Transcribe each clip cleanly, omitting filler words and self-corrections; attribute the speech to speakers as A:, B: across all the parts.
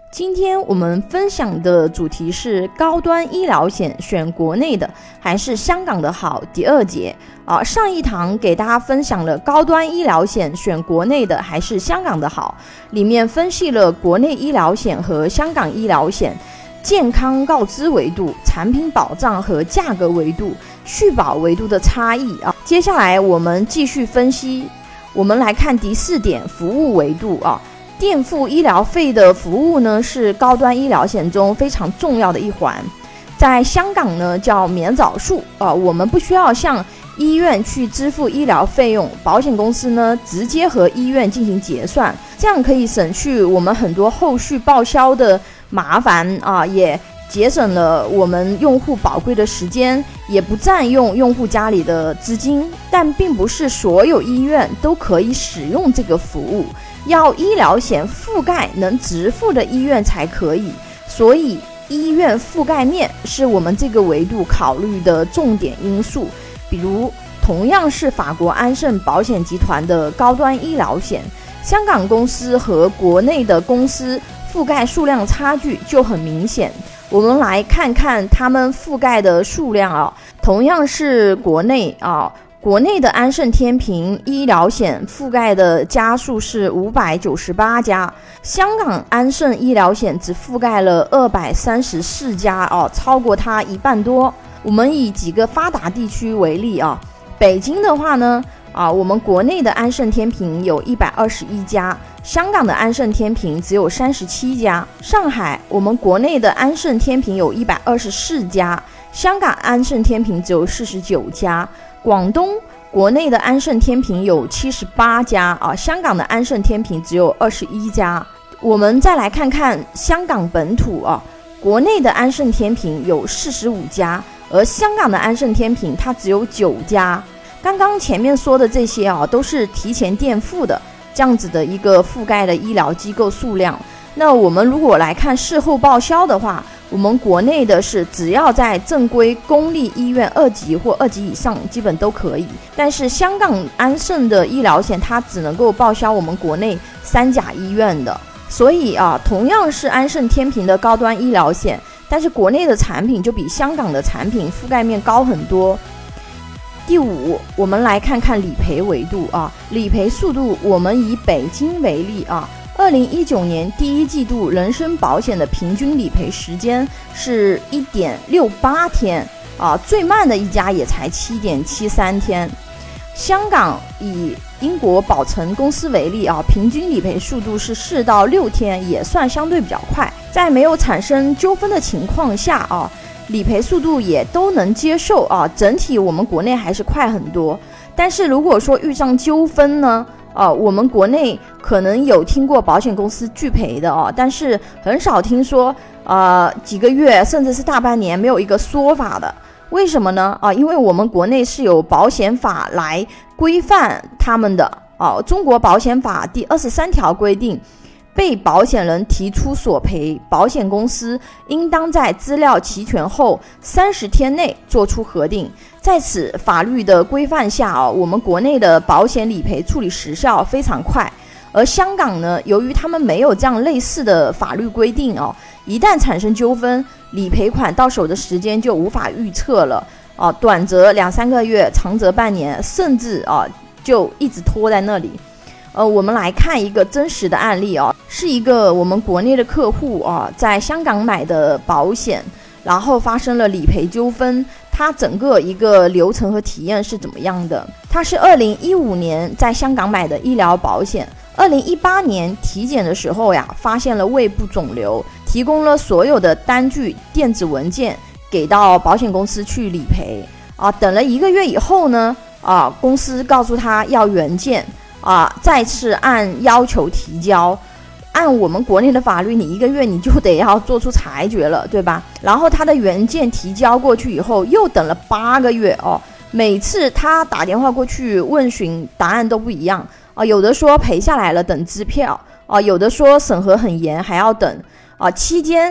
A: 今天我们分享的主题是高端医疗险选国内的还是香港的好第二节上一堂给大家分享了高端医疗险选国内的还是香港的好，里面分析了国内医疗险和香港医疗险健康告知维度、产品保障和价格维度、续保维度的差异接下来我们继续分析，我们来看第4点，服务维度垫付医疗费的服务呢，是高端医疗险中非常重要的一环。在香港呢叫免早术我们不需要向医院去支付医疗费用，保险公司呢直接和医院进行结算，这样可以省去我们很多后续报销的麻烦也节省了我们用户宝贵的时间，也不占用用户家里的资金。但并不是所有医院都可以使用这个服务，要医疗险覆盖能支付的医院才可以，所以医院覆盖面是我们这个维度考虑的重点因素。比如同样是法国安盛保险集团的高端医疗险，香港公司和国内的公司覆盖数量差距就很明显。我们来看看他们覆盖的数量同样是国内国内的安盛天平医疗险覆盖的家数是598家，香港安盛医疗险只覆盖了234家超过它一半多。我们以几个发达地区为例北京的话呢我们国内的安盛天平有121家，香港的安盛天平只有37家。上海我们国内的安盛天平有124家，香港安盛天平只有49家。广东国内的安盛天平有78家香港的安盛天平只有21家。我们再来看看香港本土国内的安盛天平有45家，而香港的安盛天平它只有9家。刚刚前面说的这些都是提前垫付的这样子的一个覆盖的医疗机构数量。那我们如果来看事后报销的话，我们国内的是只要在正规公立医院2级或2级以上基本都可以，但是香港安盛的医疗险它只能够报销我们国内3甲医院的。所以同样是安盛天平的高端医疗险，但是国内的产品就比香港的产品覆盖面高很多。第5，我们来看看理赔维度理赔速度，我们以北京为例2019年第1季度人身保险的平均理赔时间是 1.68 天最慢的一家也才 7.73 天。香港以英国保诚公司为例平均理赔速度是4到6天，也算相对比较快。在没有产生纠纷的情况下理赔速度也都能接受整体我们国内还是快很多。但是如果说遇上纠纷呢我们国内可能有听过保险公司拒赔的但是很少听说几个月甚至是大半年没有一个说法的。为什么呢因为我们国内是有保险法来规范他们的中国保险法第23条规定，被保险人提出索赔，保险公司应当在资料齐全后30天内做出核定。在此法律的规范下我们国内的保险理赔处理时效非常快。而香港呢，由于他们没有这样类似的法律规定一旦产生纠纷，理赔款到手的时间就无法预测了短则2-3个月，长则半年，甚至就一直拖在那里。我们来看一个真实的案例是一个我们国内的客户在香港买的保险，然后发生了理赔纠纷。他整个一个流程和体验是怎么样的？他是2015年在香港买的医疗保险，2018年体检的时候发现了胃部肿瘤，提供了所有的单据电子文件给到保险公司去理赔等了1个月以后呢公司告诉他要原件再次按要求提交。按我们国内的法律，你1个月你就得要做出裁决了，对吧？然后他的原件提交过去以后，又等了8个月每次他打电话过去问询，答案都不一样有的说赔下来了等支票有的说审核很严还要等期间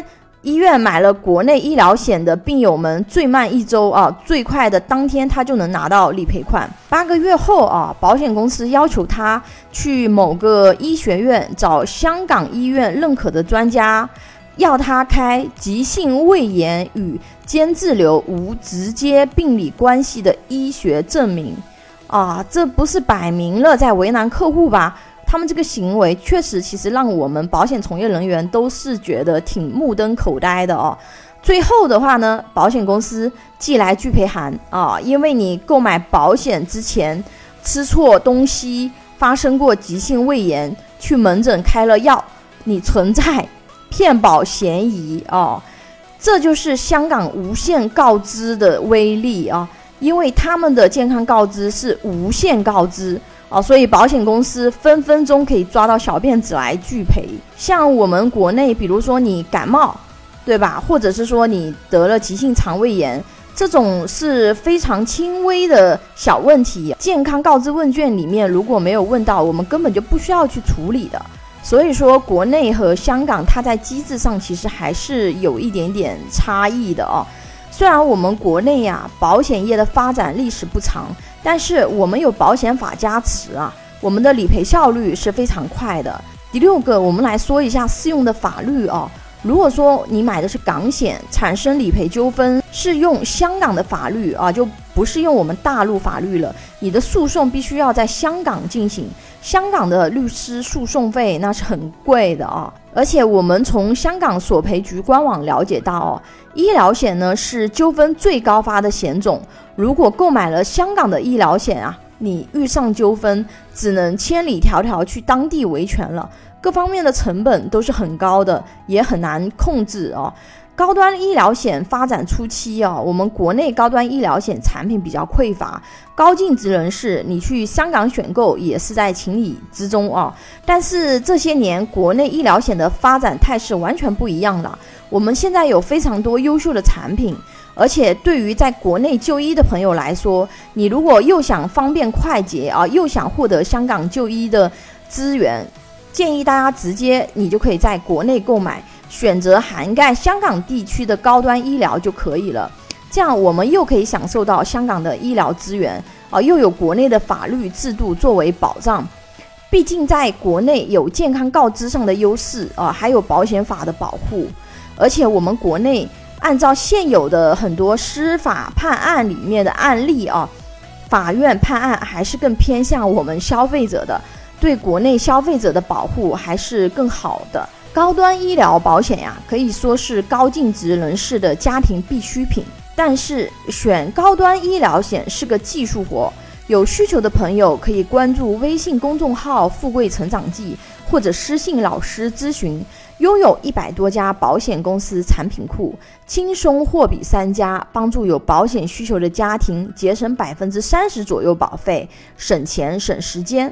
A: 医院买了国内医疗险的病友们，最慢1周最快的当天他就能拿到理赔款。8个月后保险公司要求他去某个医学院找香港医院认可的专家，要他开急性胃炎与间质瘤无直接病理关系的医学证明这不是摆明了在为难客户吧？他们这个行为确实其实让我们保险从业人员都是觉得挺目瞪口呆的最后的话呢，保险公司寄来拒赔函因为你购买保险之前吃错东西，发生过急性胃炎，去门诊开了药，你存在骗保嫌疑这就是香港无限告知的威力因为他们的健康告知是无限告知所以保险公司分分钟可以抓到小辫子来拒赔。像我们国内比如说你感冒对吧，或者是说你得了急性肠胃炎，这种是非常轻微的小问题，健康告知问卷里面如果没有问到，我们根本就不需要去处理的。所以说国内和香港它在机制上其实还是有一点点差异的虽然我们国内保险业的发展历史不长，但是我们有保险法加持我们的理赔效率是非常快的。第6个，我们来说一下适用的法律如果说你买的是港险，产生理赔纠纷是用香港的法律就不是用我们大陆法律了，你的诉讼必须要在香港进行，香港的律师诉讼费那是很贵的而且我们从香港索赔局官网了解到医疗险呢是纠纷最高发的险种，如果购买了香港的医疗险你遇上纠纷只能千里迢迢去当地维权了，各方面的成本都是很高的，也很难控制高端医疗险发展初期我们国内高端医疗险产品比较匮乏，高净值人士你去香港选购也是在情理之中但是这些年国内医疗险的发展态势完全不一样了，我们现在有非常多优秀的产品，而且对于在国内就医的朋友来说，你如果又想方便快捷又想获得香港就医的资源，建议大家直接你就可以在国内购买，选择涵盖香港地区的高端医疗就可以了。这样我们又可以享受到香港的医疗资源又有国内的法律制度作为保障。毕竟在国内有健康告知上的优势还有保险法的保护，而且我们国内按照现有的很多司法判案里面的案例法院判案还是更偏向我们消费者的，对国内消费者的保护还是更好的。高端医疗保险可以说是高净值人士的家庭必需品，但是选高端医疗险是个技术活，有需求的朋友可以关注微信公众号富贵成长记，或者私信老师咨询，拥有100多家保险公司产品库，轻松货比3家，帮助有保险需求的家庭节省30%左右保费，省钱省时间。